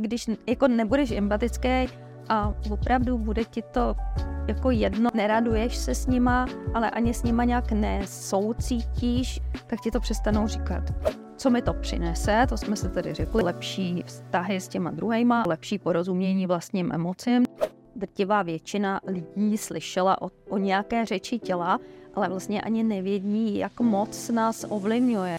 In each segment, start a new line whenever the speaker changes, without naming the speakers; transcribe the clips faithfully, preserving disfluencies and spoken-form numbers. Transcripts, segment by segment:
když jako nebudeš empatický a opravdu bude ti to jako jedno, neraduješ se s nima, ale ani s nima nějak nesoucítíš, tak ti to přestanou říkat. Co mi to přinese, to jsme se tady řekli, lepší vztahy s těma druhejma, lepší porozumění vlastním emocím. Drtivá většina lidí slyšela o, o nějaké řeči těla, ale vlastně ani nevědí, jak moc nás ovlivňuje.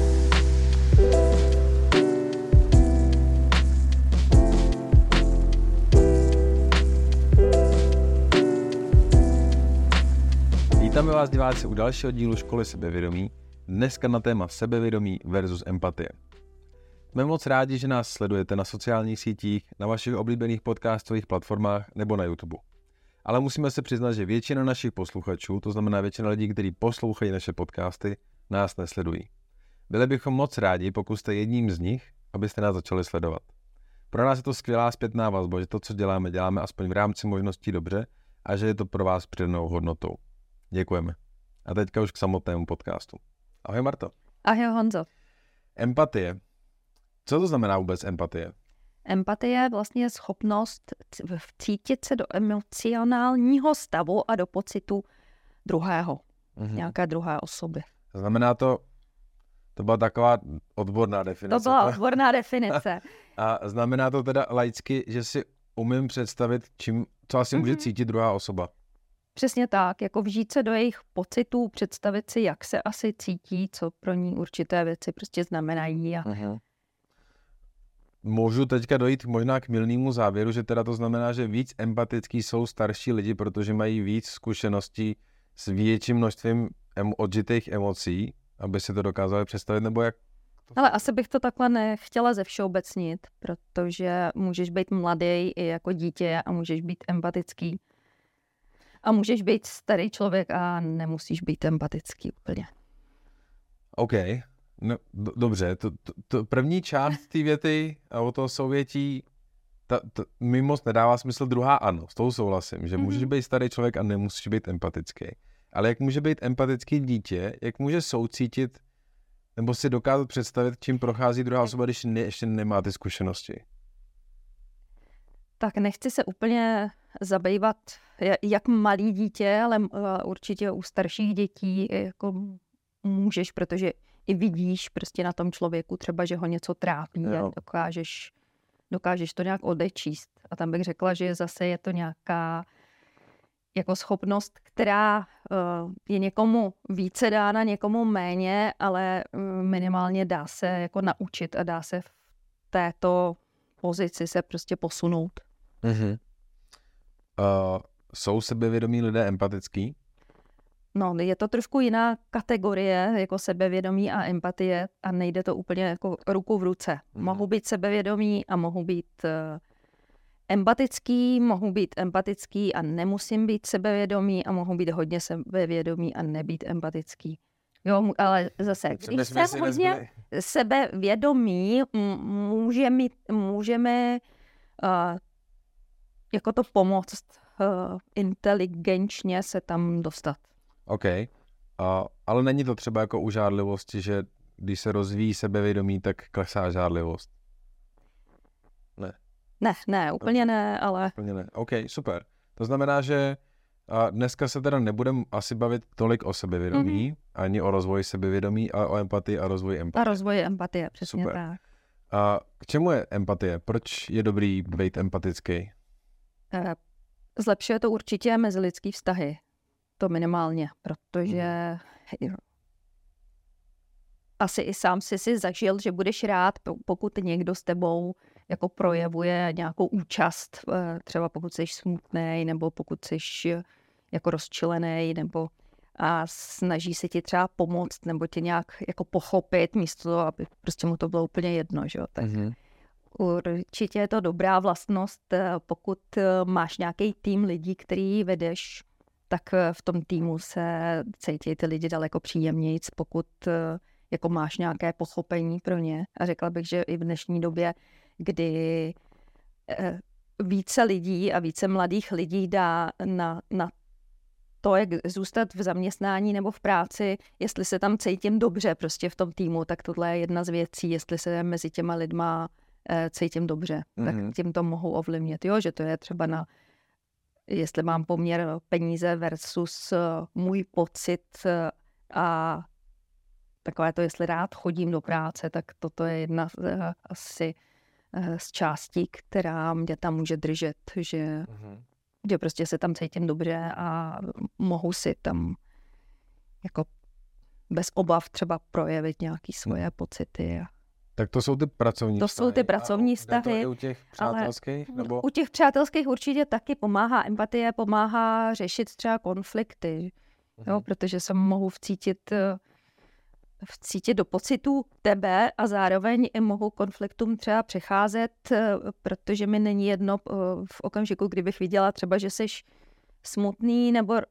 Vítáme vás, diváci, u dalšího dílu Školy sebevědomí, dneska na téma sebevědomí versus empatie. Jsme moc rádi, že nás sledujete na sociálních sítích, na vašich oblíbených podcastových platformách nebo na YouTube. Ale musíme se přiznat, že většina našich posluchačů, to znamená většina lidí, kteří poslouchají naše podcasty, nás nesledují. Byli bychom moc rádi, pokud jste jedním z nich, abyste nás začali sledovat. Pro nás je to skvělá zpětná vazba, že to, co děláme, děláme aspoň v rámci možností dobře a že je to pro vás přidanou hodnotou. Děkujeme. A teďka už k samotnému podcastu. Ahoj Marto.
Ahoj Honzo.
Empatie. Co to znamená vůbec empatie?
Empatie je vlastně schopnost vcítit se do emocionálního stavu a do pocitu druhého, mm-hmm. nějaké druhé osoby.
Znamená to, to byla taková odborná definice.
To byla odborná definice.
A znamená to teda laicky, že si umím představit, čím, co asi mm-hmm. může cítit druhá osoba.
Přesně tak, jako vžít se do jejich pocitů, představit si, jak se asi cítí, co pro ní určité věci prostě znamenají. A...
Uh-huh. Můžu teďka dojít možná k mylnému závěru, že teda to znamená, že víc empatický jsou starší lidi, protože mají víc zkušeností s větším množstvím em- odžitých emocí, aby si to dokázali představit, nebo jak?
Ale asi bych to takhle nechtěla zevšeobecnit, protože můžeš být mladý i jako dítě a můžeš být empatický. A můžeš být starý člověk a nemusíš být empatický úplně.
OK, no, do, dobře. To, to, to první část té věty a o toho souvětí ta, ta, mi moc nedává smysl, druhá ano, s tou souhlasím, že mm-hmm. můžeš být starý člověk a nemusíš být empatický. Ale jak může být empatický dítě, jak může soucítit nebo si dokázat představit, čím prochází druhá osoba, když ne, ještě nemá ty zkušenosti?
Tak nechci se úplně zabývat jak malý dítě, ale určitě u starších dětí jako můžeš, protože i vidíš prostě na tom člověku třeba, že ho něco trápí a dokážeš, dokážeš to nějak odečíst. A tam bych řekla, že zase je to nějaká jako schopnost, která uh, je někomu více dána, někomu méně, ale uh, minimálně dá se jako naučit a dá se v této pozici se prostě posunout.
Mm-hmm. Uh, jsou sebevědomí lidé empatický?
No, je to trošku jiná kategorie, jako sebevědomí a empatie a nejde to úplně jako ruku v ruce. Mm. Mohu být sebevědomí a mohu být uh, empatický, mohu být empatický a nemusím být sebevědomý a mohu být hodně sebevědomý a nebýt empatický. Jo, ale zase, když jsem hodně nezbyli. sebevědomý, m- může mít, můžeme uh, jako to pomoct uh, inteligenčně se tam dostat.
OK, uh, ale není to třeba jako u žárlivosti, že když se rozvíjí sebevědomí, tak klesá žárlivost? Ne.
Ne, ne, úplně ne, ale...
Úplně ne, OK, super. To znamená, že uh, dneska se teda nebudeme asi bavit tolik o sebevědomí, mm-hmm. ani o rozvoji sebevědomí, ale o empatii a rozvoji empatie.
A rozvoji empatie, přesně super. Tak.
A k čemu je empatie? Proč je dobrý být empatický?
Zlepšuje to určitě mezilidský vztahy. To minimálně, protože hmm. asi i sám si si zažil, že budeš rád, pokud někdo s tebou jako projevuje nějakou účast, třeba pokud jsi smutnej, nebo pokud jsi jako rozčilenej, nebo a snaží se ti třeba pomoct, nebo tě nějak jako pochopit, místo toho, aby prostě mu to bylo úplně jedno, že jo, tak... Hmm. Určitě je to dobrá vlastnost, pokud máš nějaký tým lidí, který vedeš, tak v tom týmu se cítí ty lidi daleko příjemnějc, pokud jako máš nějaké pochopení pro ně. A řekla bych, že i v dnešní době, kdy více lidí a více mladých lidí dá na, na to, jak zůstat v zaměstnání nebo v práci, jestli se tam cítím dobře prostě v tom týmu, tak tohle je jedna z věcí, jestli se mezi těma lidma cítím dobře,
Mhm.
tak tím to mohu ovlivnit, jo, že to je třeba na, jestli mám poměr peníze versus eh, můj pocit eh, a takové to, jestli rád chodím do práce, tak toto je jedna z, eh, asi eh, z částí, která mě tam může držet, že,
Mhm.
že prostě se tam cítím dobře a mohu si tam jako bez obav třeba projevit nějaký svoje pocity.
Tak to jsou ty pracovní
To
vztahy.
jsou ty pracovní
A
vztahy,
jde to i u těch
ale
přátelských? Nebo...
U těch přátelských určitě taky pomáhá empatie, pomáhá řešit třeba konflikty, jo,
Mhm.
protože se mohu vcítit, eh, vcítit do pocitů tebe a zároveň i mohu konfliktům třeba přecházet, eh, protože mi není jedno eh, v okamžiku, kdybych viděla třeba, že jsi smutný nebo uh,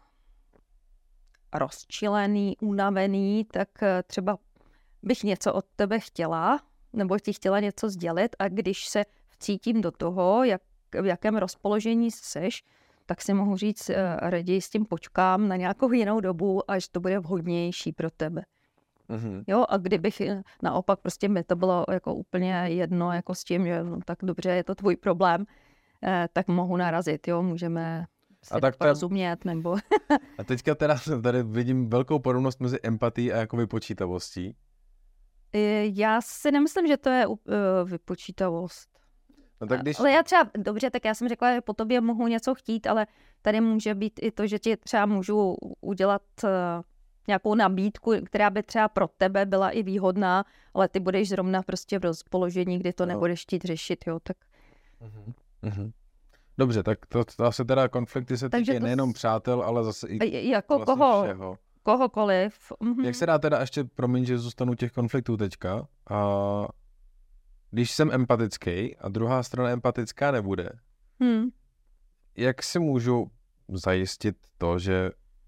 rozčilený, unavený, tak uh, třeba bych něco od tebe chtěla, nebo ti chtěla něco sdělit a když se vcítím do toho, jak, v jakém rozpoložení seš, tak si mohu říct, uh, raději s tím počkám na nějakou jinou dobu, až to bude vhodnější pro tebe.
Mhm.
Jo, a kdybych naopak prostě mi to bylo jako úplně jedno jako s tím, že no, tak dobře, je to tvůj problém, eh, tak mohu narazit, jo, můžeme si
A tak to je-
porozumět, nebo...
A teďka teda tady vidím velkou podobnost mezi empatií a jako vypočítavostí.
Eh, Já si nemyslím, že to je uh, vypočítavost.
No tak když...
Ale já třeba, dobře, tak já jsem řekla, že po tobě mohu něco chtít, ale tady může být i to, že ti třeba můžu udělat uh, nějakou nabídku, která by třeba pro tebe byla i výhodná, ale ty budeš zrovna prostě v rozpoložení, kdy to
No.
nebudeš chtít řešit, jo, tak...
Mhm. Mhm. Dobře, tak to, to asi teda konflikty se
Takže
týkají
to
nejenom
s-
přátel, ale zase i
I- Jako
vlastně
koho,
všeho.
kohokoliv. Mhm.
Jak se dá teda ještě, promiň, že zůstanu u těch konfliktů teďka, a když jsem empatický a druhá strana empatická nebude,
Hmm.
jak si můžu zajistit to, že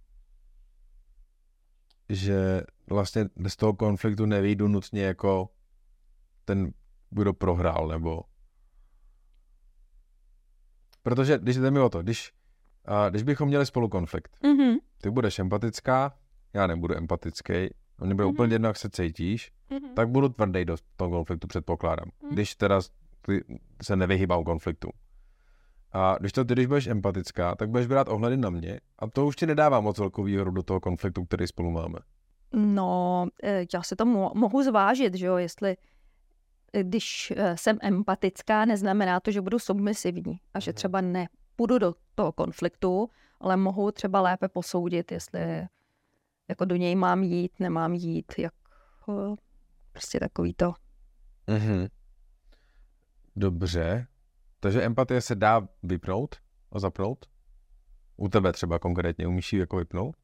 že vlastně z toho konfliktu nevyjdu nutně jako ten, kdo prohrál, nebo... Protože, když jde mi o to, když, a, když bychom měli spolu konflikt,
Mhm.
ty budeš empatická, já nebudu empatický, a mě bude
Mhm.
úplně jedno, jak se cítíš,
Mhm.
tak budu tvrdý do toho konfliktu, předpokládám.
Mhm.
Když teda ty se nevyhýbám konfliktu. A když to ty, když budeš empatická, tak budeš brát ohledy na mě a to už ti nedává moc velkou výhodu do toho konfliktu, který spolu máme.
No, eh, já si to mo- mohu zvážit, že jo, jestli eh, když eh, jsem empatická, neznamená to, že budu submisivní a že
Mhm.
třeba nepůjdu do toho konfliktu, ale mohu třeba lépe posoudit, jestli jako do něj mám jít, nemám jít, jak eh, prostě takový to.
Mhm. Dobře. Takže empatie se dá vypnout a zapnout? U tebe třeba konkrétně umíš ji jako vypnout?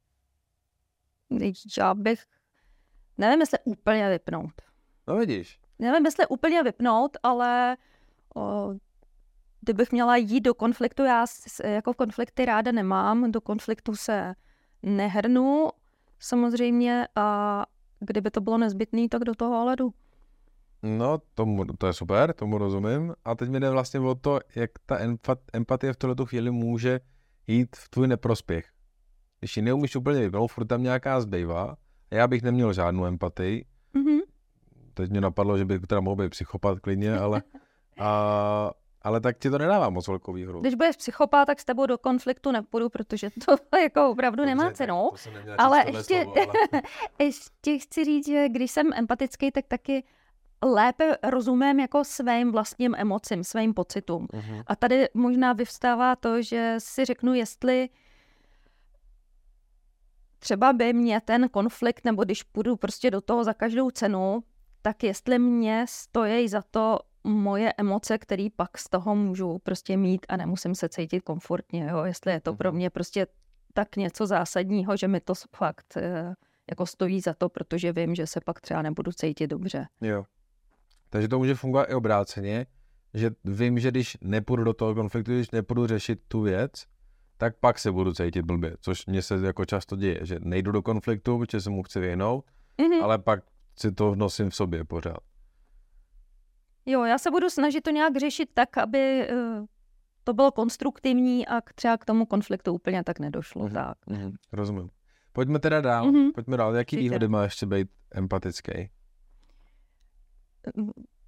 Já bych, nevím, jestli úplně vypnout.
No vidíš.
Nevím, jestli úplně vypnout, ale o, kdybych měla jít do konfliktu, já s- jako konflikty ráda nemám, do konfliktu se nehrnu samozřejmě a kdyby to bylo nezbytné, tak do toho ale jdu.
No, tomu, to je super, tomu rozumím. A teď mi jde vlastně o to, jak ta empat, empatie v tuto chvíli může jít v tvůj neprospěch. Když ji neumíš úplně vypnout, furt tam nějaká zbývá. A já bych neměl žádnou empatii.
Mhm.
Teď mě napadlo, že bych teda mohl být psychopat klidně, ale, a, ale tak ti to nedává moc velkou výhodu.
Když budeš psychopat, tak s tebou do konfliktu nepůjdu, protože to jako opravdu nemá
Dobře,
cenu.
tak to jsem neměl
Ale
říct tohle
ještě,
slovo, ale...
ještě chci říct, že když jsem empatický, tak taky lépe rozumím jako svým vlastním emocím, svým pocitům.
Mhm.
A tady možná vyvstává to, že si řeknu, jestli třeba by mě ten konflikt, nebo když půjdu prostě do toho za každou cenu, tak jestli mě stojí za to moje emoce, které pak z toho můžu prostě mít a nemusím se cítit komfortně, jo? Jestli je to pro mě prostě tak něco zásadního, že mi to fakt eh, jako stojí za to, protože vím, že se pak třeba nebudu cítit dobře.
Jo. Takže to může fungovat i obráceně, že vím, že když nepůjdu do toho konfliktu, když nepůjdu řešit tu věc, tak pak se budu cítit blbě, což mně se jako často děje, že nejdu do konfliktu, protože se mu chci věnout,
Mhm.
ale pak si to nosím v sobě pořád.
Jo, já se budu snažit to nějak řešit tak, aby eh, to bylo konstruktivní a k- třeba k tomu konfliktu úplně tak nedošlo.
Mhm.
Tak.
Mhm. Rozumím. Pojďme teda dál.
Mhm.
Pojďme dál. Jaký
Přijďte.
výhody má ještě být empatický?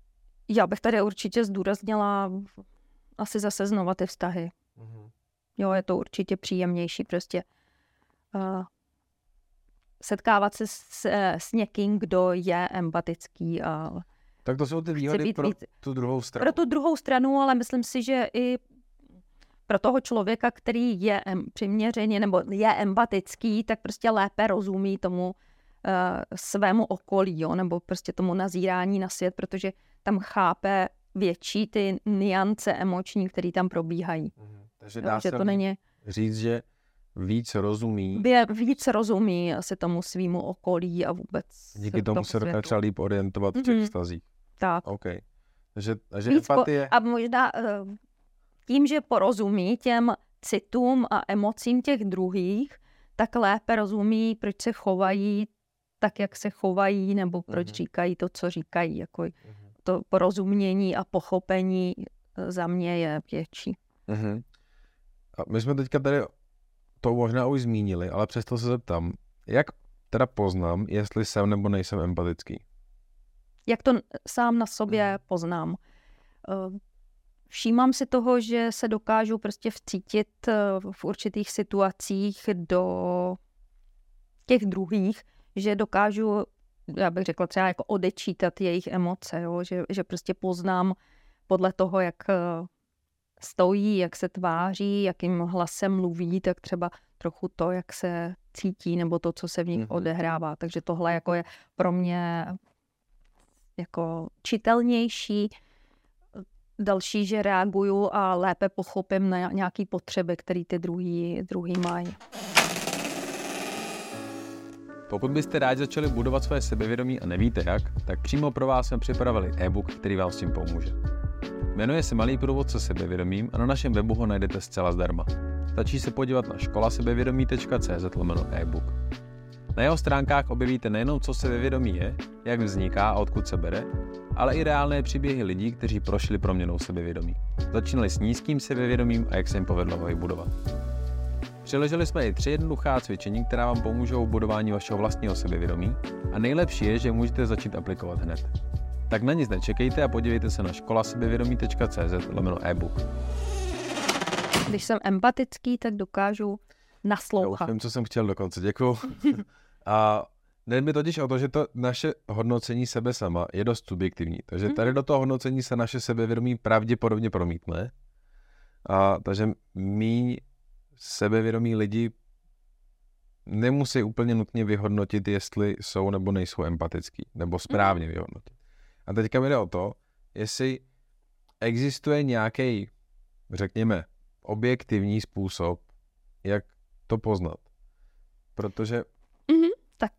Já bych tady určitě zdůraznila asi zase znova ty vztahy.
Mm-hmm.
Jo, je to určitě příjemnější prostě uh, setkávat se s, s někým, kdo je empatický. A
tak to jsou ty výhody pro víc, tu druhou stranu.
Pro tu druhou stranu, ale myslím si, že i pro toho člověka, který je em, přiměřeně nebo je empatický, tak prostě lépe rozumí tomu uh, svému okolí, jo, nebo prostě tomu nazírání na svět, protože tam chápe větší ty niance emoční, které tam probíhají.
Mm-hmm. Takže dá jo,
se
to není... říct, že víc rozumí.
Víc rozumí asi tomu svýmu okolí a vůbec
díky tomu se dokáže třeba líp orientovat v těch mm-hmm. vztazích.
Tak.
Okay. Takže, takže empatie...
Po, a možná tím, že porozumí těm citům a emocím těch druhých, tak lépe rozumí, proč se chovají tak, jak se chovají, nebo proč mm-hmm. říkají to, co říkají. Jako mm-hmm. To porozumění a pochopení za mě je větší.
Mm-hmm. A my jsme teďka tady to možná už zmínili, ale přesto se zeptám, jak teda poznám, jestli jsem nebo nejsem empatický?
Jak to sám na sobě poznám? Všímám si toho, že se dokážu prostě vcítit v určitých situacích do těch druhých, že dokážu, já bych řekla třeba jako odečítat jejich emoce, jo? Že, že prostě poznám podle toho, jak stojí, jak se tváří, jakým hlasem mluví, tak třeba trochu to, jak se cítí, nebo to, co se v nich mm-hmm. odehrává. Takže tohle jako je pro mě jako čitelnější. Další, že reaguju a lépe pochopím na nějaké potřeby, které ty druhý, druhý mají.
Pokud byste rádi začali budovat své sebevědomí a nevíte jak, tak přímo pro vás jsme připravili e-book, který vám s tím pomůže. Jmenuje se Malý průvodce sebevědomím a na našem webu ho najdete zcela zdarma. Stačí se podívat na škola sebevědomí tečka cé zet lomeno e-book. Na jeho stránkách objevíte nejenom, co sebevědomí je, jak vzniká a odkud se bere, ale i reálné příběhy lidí, kteří prošli proměnou sebevědomí. Začínali s nízkým sebevědomím a jak se jim povedlo ho budovat. Přiložili jsme i tři jednoduchá cvičení, která vám pomůžou v budování vašeho vlastního sebevědomí a nejlepší je, že můžete začít aplikovat hned. Tak na nic nečekejte a podívejte se na škola sebevědomí tečka cé zet lomeno e-book.
Když jsem empatický, tak dokážu naslouchat.
Já už vím, co jsem chtěl dokonce, děkuju. A nejde mi totiž o to, že to naše hodnocení sebe sama je dost subjektivní. Takže tady do toho hodnocení se naše sebevědomí pravděpodobně promítne. A takže míň sebevědomí lidi nemusí úplně nutně vyhodnotit, jestli jsou nebo nejsou empatický, nebo správně vyhodnotit. A teďka mi jde o to, jestli existuje nějaký, řekněme, objektivní způsob, jak to poznat. Protože...
Mm-hmm, tak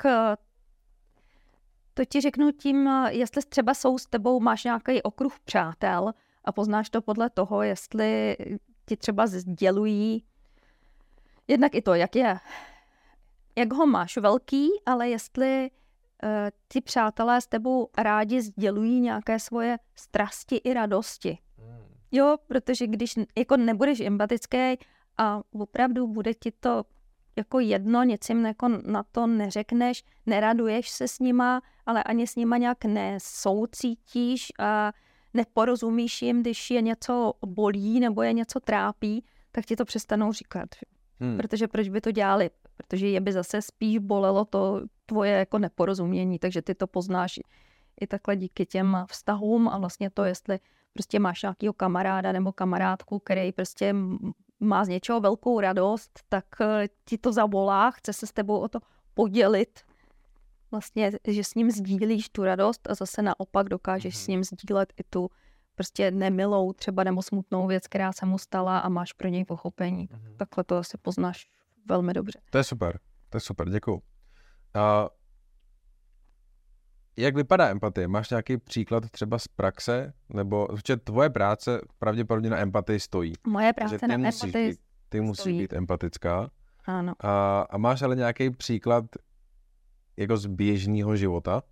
to ti řeknu tím, jestli třeba jsou s tebou, máš nějaký okruh přátel a poznáš to podle toho, jestli ti třeba sdělují jednak i to, jak je, jak ho máš velký, ale jestli uh, ty přátelé s tebou rádi sdělují nějaké svoje strasti i radosti. Mm. Jo, protože když jako nebudeš empatický a opravdu bude ti to jako jedno, nic jim jako na to neřekneš, neraduješ se s nima, ale ani s nima nějak nesoucítíš a neporozumíš jim, když je něco bolí nebo je něco trápí, tak ti to přestanou říkat. Hmm. Protože proč by to dělali? Protože je by zase spíš bolelo to tvoje jako neporozumění, takže ty to poznáš i takhle díky těm vztahům a vlastně to, jestli prostě máš nějakýho kamaráda nebo kamarádku, který prostě má z něčeho velkou radost, tak ti to zavolá, chce se s tebou o to podělit. Vlastně, že s ním sdílíš tu radost a zase naopak dokážeš hmm. s ním sdílet i tu prostě nemilou třeba nebo smutnou věc, která se mu stala a máš pro něj pochopení. Mm-hmm. Takhle to asi poznáš velmi dobře.
To je super, to je super, děkuju. A jak vypadá empatie? Máš nějaký příklad třeba z praxe? Nebo že tvoje práce pravděpodobně na empatii stojí.
Moje práce na empatii
být, Ty musíš stojí. být empatická.
Ano.
A, a máš ale nějaký příklad jako z běžného života?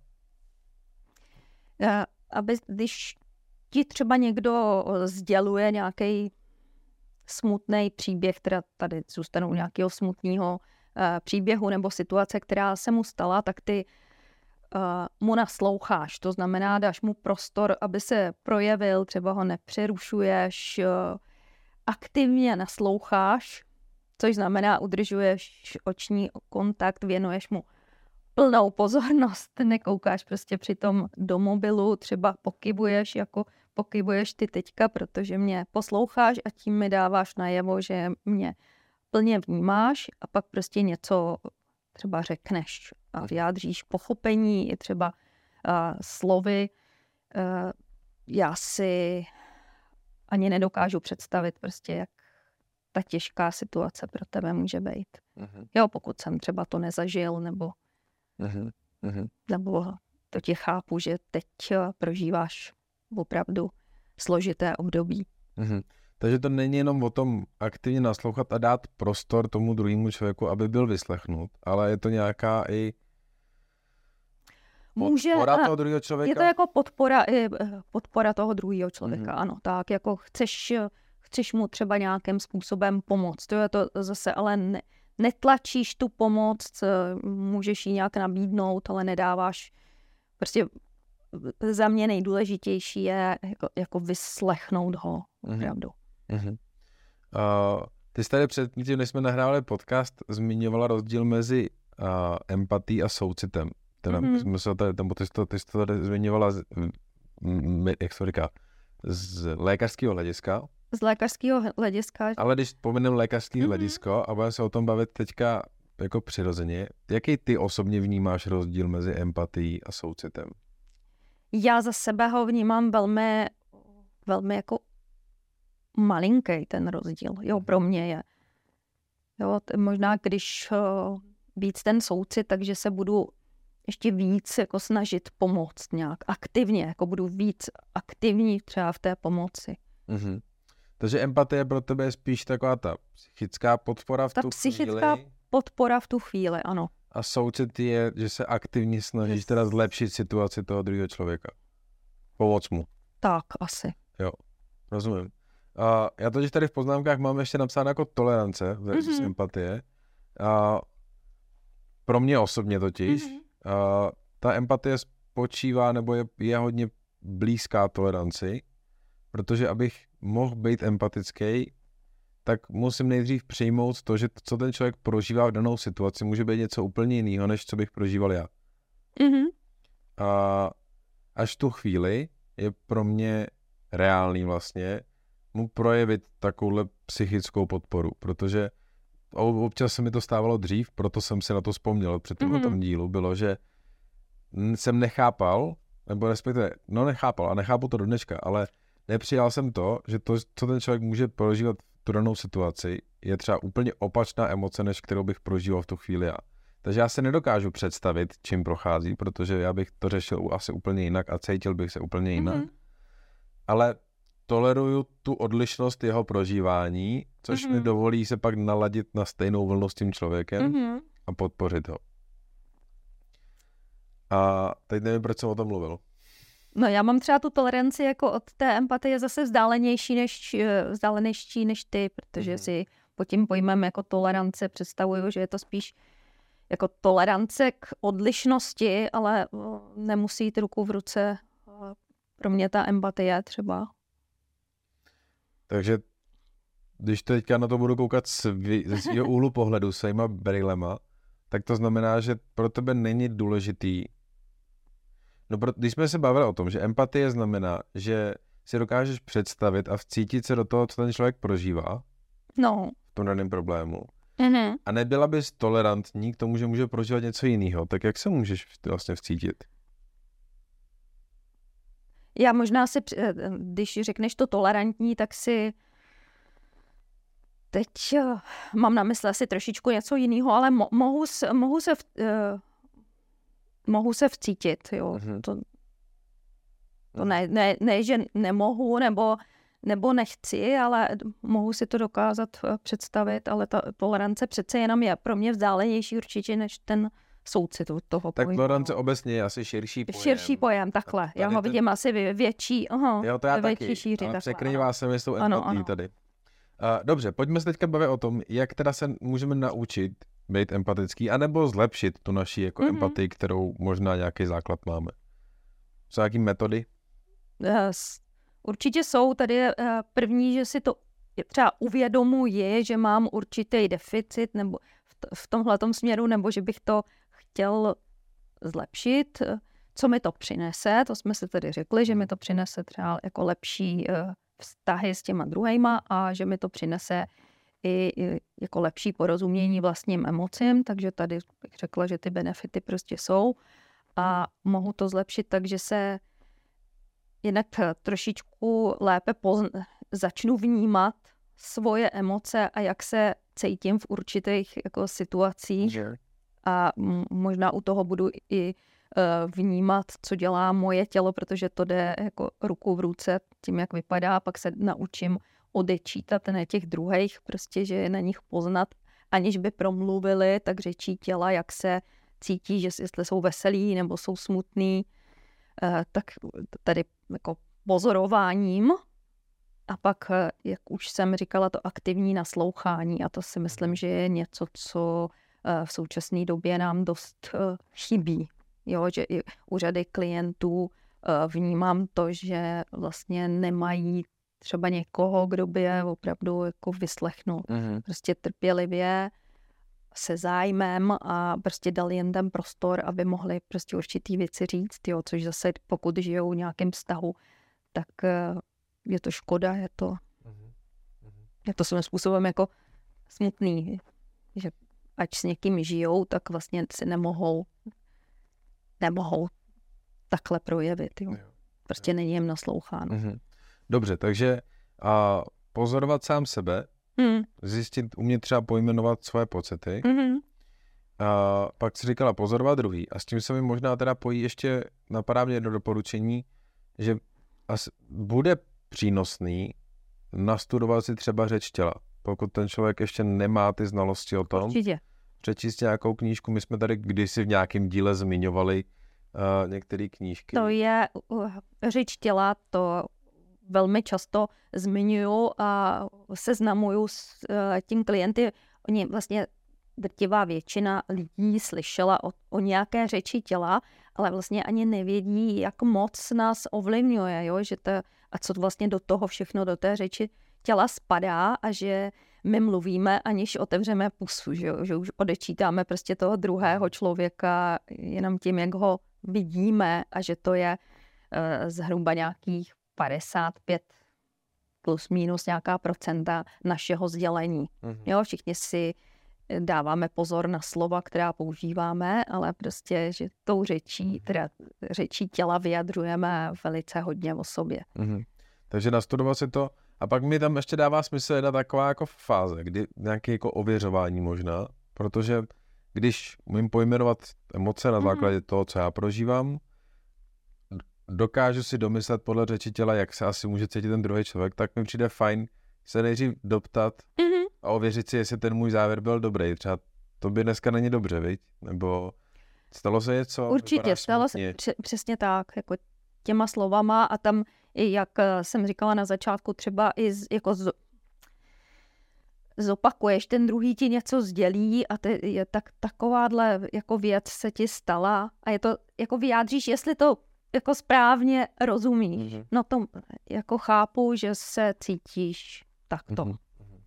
Já, aby, když ti třeba někdo sděluje nějaký smutný příběh, teda tady zůstanou u nějakého smutného uh, příběhu nebo situace, která se mu stala, tak ty uh, mu nasloucháš. To znamená, dáš mu prostor, aby se projevil, třeba ho nepřerušuješ, uh, aktivně nasloucháš, což znamená, udržuješ oční kontakt, věnuješ mu plnou pozornost, nekoukáš prostě přitom do mobilu, třeba pokybuješ, jako pokybuješ ty teďka, protože mě posloucháš a tím mi dáváš najevo, že mě plně vnímáš a pak prostě něco třeba řekneš a vyjádříš pochopení i třeba uh, slovy. Uh, já si ani nedokážu představit prostě, jak ta těžká situace pro tebe může být. Uh-huh. Jo, pokud jsem třeba to nezažil, nebo, uh-huh. Uh-huh. nebo to tě chápu, že teď prožíváš opravdu složité období.
Uh-huh. Takže to není jenom o tom aktivně naslouchat a dát prostor tomu druhému člověku, aby byl vyslechnut, ale je to nějaká i
Může,
podpora toho druhého člověka?
Je to jako podpora, podpora toho druhého člověka, mm-hmm. ano. Tak jako chceš, chceš mu třeba nějakým způsobem pomoct. To je to zase, ale ne, netlačíš tu pomoc, můžeš ji nějak nabídnout, ale nedáváš. Prostě za mě nejdůležitější je jako, jako vyslechnout ho opravdu.
Mm-hmm. Uh, ty jsi tady před tím, než jsme nahrávali podcast, zmiňovala rozdíl mezi uh, empatií a soucitem. Teda, mm-hmm. jsme se tady, tam, ty, jsi to, ty jsi to tady zmiňovala, z, m, jak se to říká, z lékařského hlediska.
Z lékařského hlediska.
Ale když pomeneme lékařské mm-hmm. hledisko a budeme se o tom bavit teďka jako přirozeně, jaký ty osobně vnímáš rozdíl mezi empatií a soucitem?
Já za sebe ho vnímám velmi, velmi jako malinký ten rozdíl. Jo, pro mě je. Jo, t- možná když uh, víc ten soucit, takže se budu ještě víc jako snažit pomoct nějak aktivně, jako budu víc aktivní třeba v té pomoci.
Mm-hmm. Takže empatie pro tebe je spíš taková ta psychická podpora v
ta
tu
psychická
chvíli?
podpora v tu chvíli, ano.
A soucit je, že se aktivně snažíš teda zlepšit situaci toho druhého člověka. Pomoc mu.
Tak, asi.
Jo, rozumím. A já totiž tady v poznámkách mám ještě napsáno jako tolerance versus mm-hmm. empatie. A pro mě osobně totiž mm-hmm. a ta empatie spočívá nebo je, je hodně blízká toleranci, protože abych mohl být empatický, tak musím nejdřív přijmout to, že co ten člověk prožívá v danou situaci, může být něco úplně jiného, než co bych prožíval já.
Mm-hmm.
A až tu chvíli je pro mě reálný vlastně mu projevit takovouhle psychickou podporu, protože občas se mi to stávalo dřív, proto jsem si na to vzpomněl před tímhle mm-hmm. tom dílu, bylo, že jsem nechápal, nebo respektive, no nechápal a nechápu to do dneška, ale nepřijal jsem to, že to, co ten člověk může prožívat v tu danou situaci, je třeba úplně opačná emoce, než kterou bych prožíval v tu chvíli já. Takže já se nedokážu představit, čím prochází, protože já bych to řešil asi úplně jinak a cítil bych se úplně jinak. Mm-hmm. Ale toleruju tu odlišnost jeho prožívání, což mm-hmm. mi dovolí se pak naladit na stejnou vlnu s tím člověkem mm-hmm. a podpořit ho. A teď nevím, proč jsem o tom mluvil.
No já mám třeba tu toleranci jako od té empatie zase vzdálenější než, vzdálenější než ty, protože mm-hmm. si pod tím pojmem jako tolerance představuju, že je to spíš jako tolerance k odlišnosti, ale nemusí jít ruku v ruce. Pro mě ta empatie třeba.
Takže když teďka na to budu koukat ze svého úhlu pohledu, svýma brýlema, tak to znamená, že pro tebe není důležitý. No, pro, když jsme se bavili o tom, že empatie znamená, že si dokážeš představit a vcítit se do toho, co ten člověk prožívá
no.
v tom daném problému.
Mm-hmm.
A nebyla bys tolerantní k tomu, že může prožívat něco jiného, tak jak se můžeš vlastně vcítit?
Já možná si, když řekneš to tolerantní, tak si teď mám na mysli asi trošičku něco jiného, ale mo- mohu, mohu, se v, uh, mohu se vcítit. Jo. Mm-hmm. To, to ne, ne, ne, že nemohu nebo, nebo nechci, ale mohu si to dokázat představit, ale ta tolerance přece jenom je pro mě vzdálenější určitě než ten soucit toho
tak
pojmu.
tolerance obecně je asi širší pojem.
Širší pojem, takhle. Já ho vidím ten... asi větší, aha,
jo, to já
větší
taky,
šíři.
Ale překrývá se mi s tou empatí tady. Uh, dobře, pojďme se teďka bavit o tom, jak teda se můžeme naučit být empatický, anebo zlepšit tu naši jako mm-hmm. empatii, kterou možná nějaký základ máme. Jsou nějaký metody?
Určitě jsou. Tady je první, že si to třeba uvědomuji, že mám určitý deficit nebo v tomhletom směru, nebo že bych to chtěl zlepšit. Co mi to přinese? To jsme si tedy řekli, že mi to přinese třeba jako lepší vztahy s těma druhejma a že mi to přinese i jako lepší porozumění vlastním emocím, takže tady bych řekla, že ty benefity prostě jsou a mohu to zlepšit tak, že se jinak trošičku lépe pozn- začnu vnímat svoje emoce a jak se cítím v určitých jako situacích a m- možná u toho budu i uh, vnímat, co dělá moje tělo, protože to jde jako ruku v ruce tím, jak vypadá, pak se naučím odečítat na těch druhých, prostě, že je na nich poznat, aniž by promluvili, tak řečí těla, jak se cítí, že jestli jsou veselí nebo jsou smutný, uh, tak tady jako pozorováním. A pak, jak už jsem říkala, to aktivní naslouchání. A to si myslím, že je něco, co v současné době nám dost chybí. Jo, že i u řady klientů vnímám to, že vlastně nemají třeba někoho, kdo by je opravdu jako vyslechnul. Mm-hmm. Prostě trpělivě, se zájmem a prostě dali jen ten prostor, aby mohli prostě určitý věci říct, jo, což zase pokud žijou v nějakém vztahu, tak je to škoda, je to, je to svým způsobem jako smutný, že ať s někým žijou, tak vlastně si nemohou, nemohou takhle projevit. Jo. Prostě není jim nasloucháno.
Dobře, takže a pozorovat sám sebe, hmm. zjistit, umět třeba pojmenovat svoje pocity, hmm. a pak si říkala pozorovat druhý. A s tím se mi možná teda pojí ještě, napadá mě jedno doporučení, že asi bude přínosný nastudovat si třeba řeč těla. Pokud ten člověk ještě nemá ty znalosti o tom,
určitě.
Přečíst nějakou knížku. My jsme tady kdysi v nějakém díle zmiňovali uh, některé knížky.
To je uh, řeč těla, to velmi často zmiňuju a seznamuju s uh, tím klienty. Oni vlastně drtivá většina lidí slyšela o, o nějaké řeči těla, ale vlastně ani nevědí, jak moc nás ovlivňuje, jo? Že to, a co vlastně do toho všechno, do té řeči těla spadá a že my mluvíme, aniž otevřeme pusu, že, jo? Že už odečítáme prostě toho druhého člověka jenom tím, jak ho vidíme a že to je uh, zhruba nějakých padesát pět plus minus nějaká procenta našeho sdělení. Mm-hmm. Jo? Všichni si dáváme pozor na slova, která používáme, ale prostě, že tou řečí, teda řečí těla vyjadřujeme velice hodně o sobě.
Mm-hmm. Takže nastudovat si to a pak mi tam ještě dává smysl jedna taková jako fáze, kdy nějaké jako ověřování možná, protože když umím pojmenovat emoce na základě mm-hmm. toho, co já prožívám, dokážu si domyslet podle řeči těla, jak se asi může cítit ten druhý člověk, tak mi přijde fajn se nejdřív doptat mm-hmm. a ověřit si, jestli ten můj závěr byl dobrý. Třeba to by dneska není dobře, viď? Nebo stalo se něco?
Určitě, stalo se přesně tak, jako těma slovama a tam, i jak jsem říkala na začátku, třeba i z, jako z, zopakuješ, ten druhý ti něco sdělí a ty, je tak, takováhle jako věc se ti stala a je to, jako vyjádříš, jestli to jako správně rozumíš. Mm-hmm. No to jako chápu, že se cítíš takto. Mm-hmm.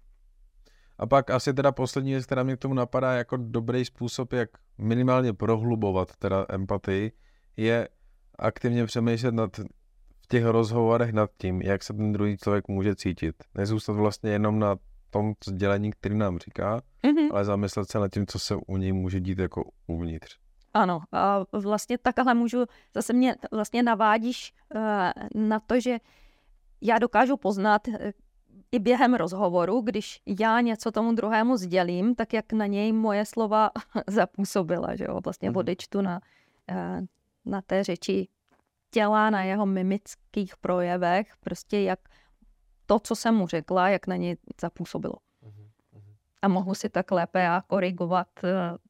A pak asi teda poslední věc, která mě k tomu napadá jako dobrý způsob, jak minimálně prohlubovat teda empatii, je aktivně přemýšlet nad, v těch rozhovorech nad tím, jak se ten druhý člověk může cítit. Nezůstat vlastně jenom na tom sdělení, který nám říká, mm-hmm. ale zamyslet se nad tím, co se u něj může dít jako uvnitř.
Ano, a vlastně takhle můžu, zase mě vlastně navádíš uh, na to, že já dokážu poznat uh, i během rozhovoru, když já něco tomu druhému sdělím, tak jak na něj moje slova zapůsobila, že jo, vlastně mm. odečtu na, uh, na té řeči těla, na jeho mimických projevech, prostě jak to, co jsem mu řekla, jak na něj zapůsobilo. Mm. A mohu si tak lépe já korigovat uh,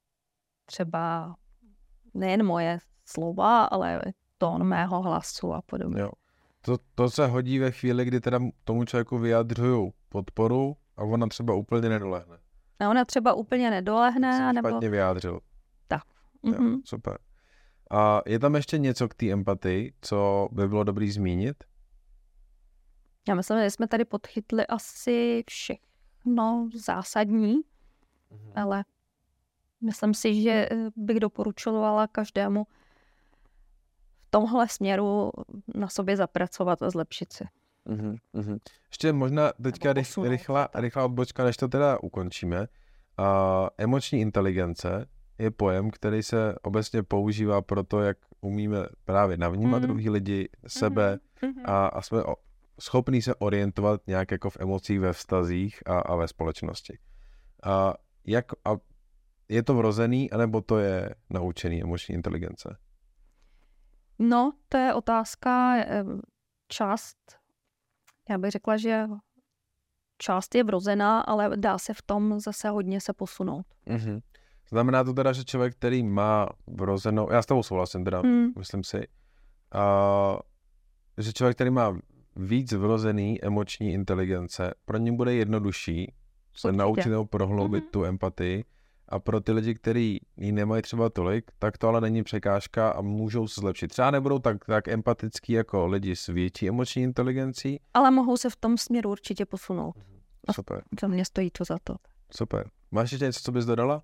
třeba nejen moje slova, ale tón mého hlasu a podobně.
Jo. To, to se hodí ve chvíli, kdy teda tomu člověku vyjadřují podporu a ona třeba úplně nedolehne.
A ona třeba úplně nedolehne,
nebo... špatně vyjádřil.
Tak.
Mm-hmm. Jo, super. A je tam ještě něco k té empatii, co by bylo dobrý zmínit?
Já myslím, že jsme tady podchytli asi všechno zásadní, mm-hmm. ale myslím si, že bych doporučovala každému v tomhle směru na sobě zapracovat a zlepšit se.
Mm-hmm, mm-hmm. Ještě možná teďka rych, rychlá, rychlá odbočka, než to teda ukončíme. Uh, emoční inteligence je pojem, který se obecně používá pro to, jak umíme právě navnímat mm-hmm. druhý lidi, sebe mm-hmm. a, a jsme o, schopní se orientovat nějak jako v emocích, ve vztazích a, a ve společnosti. A, jak, a je to vrozený, anebo to je naučený emoční inteligence?
No, to je otázka. Část, já bych řekla, že část je vrozená, ale dá se v tom zase hodně se posunout.
Mm-hmm. Znamená to teda, že člověk, který má vrozenou, já s tebou souhlasím teda, hmm. myslím si, a, že člověk, který má víc vrozený emoční inteligence, pro ně bude jednodušší se Určitě. naučit nebo prohloubit mm-hmm. tu empatii. A pro ty lidi, kteří ji nemají třeba tolik, tak to ale není překážka a můžou se zlepšit. Třeba nebudou tak, tak empatický jako lidi s větší emoční inteligencí.
Ale mohou se v tom směru určitě posunout.
Super.
A za mě stojí to za to.
Super. Máš ještě něco, co bys dodala?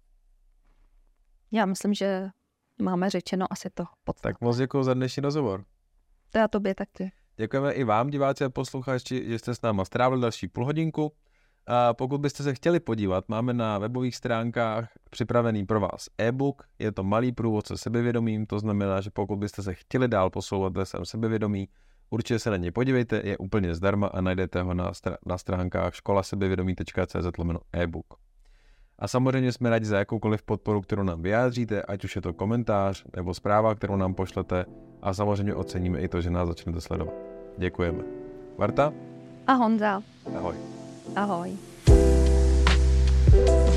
Já myslím, že máme řečeno asi to podstatné.
Tak moc děkuji za dnešní rozhovor.
To já tobě taky.
Děkujeme i vám, diváci a posluchači, že jste s náma strávili další půl hodinku. A pokud byste se chtěli podívat, máme na webových stránkách připravený pro vás e-book. Je to malý průvodce sebevědomím, to znamená, že pokud byste se chtěli dál posouvat ve svém sebevědomí, určitě se na něj podívejte, je úplně zdarma a najdete ho na, str- na stránkách škola sebevědomí tečka cé zet lomeno e-book. A samozřejmě jsme rádi za jakoukoliv podporu, kterou nám vyjádříte, ať už je to komentář nebo zpráva, kterou nám pošlete, a samozřejmě oceníme i to, že nás začnete sledovat. Děkujeme. Marta?
A Honza.
Ahoj.
Ahoj.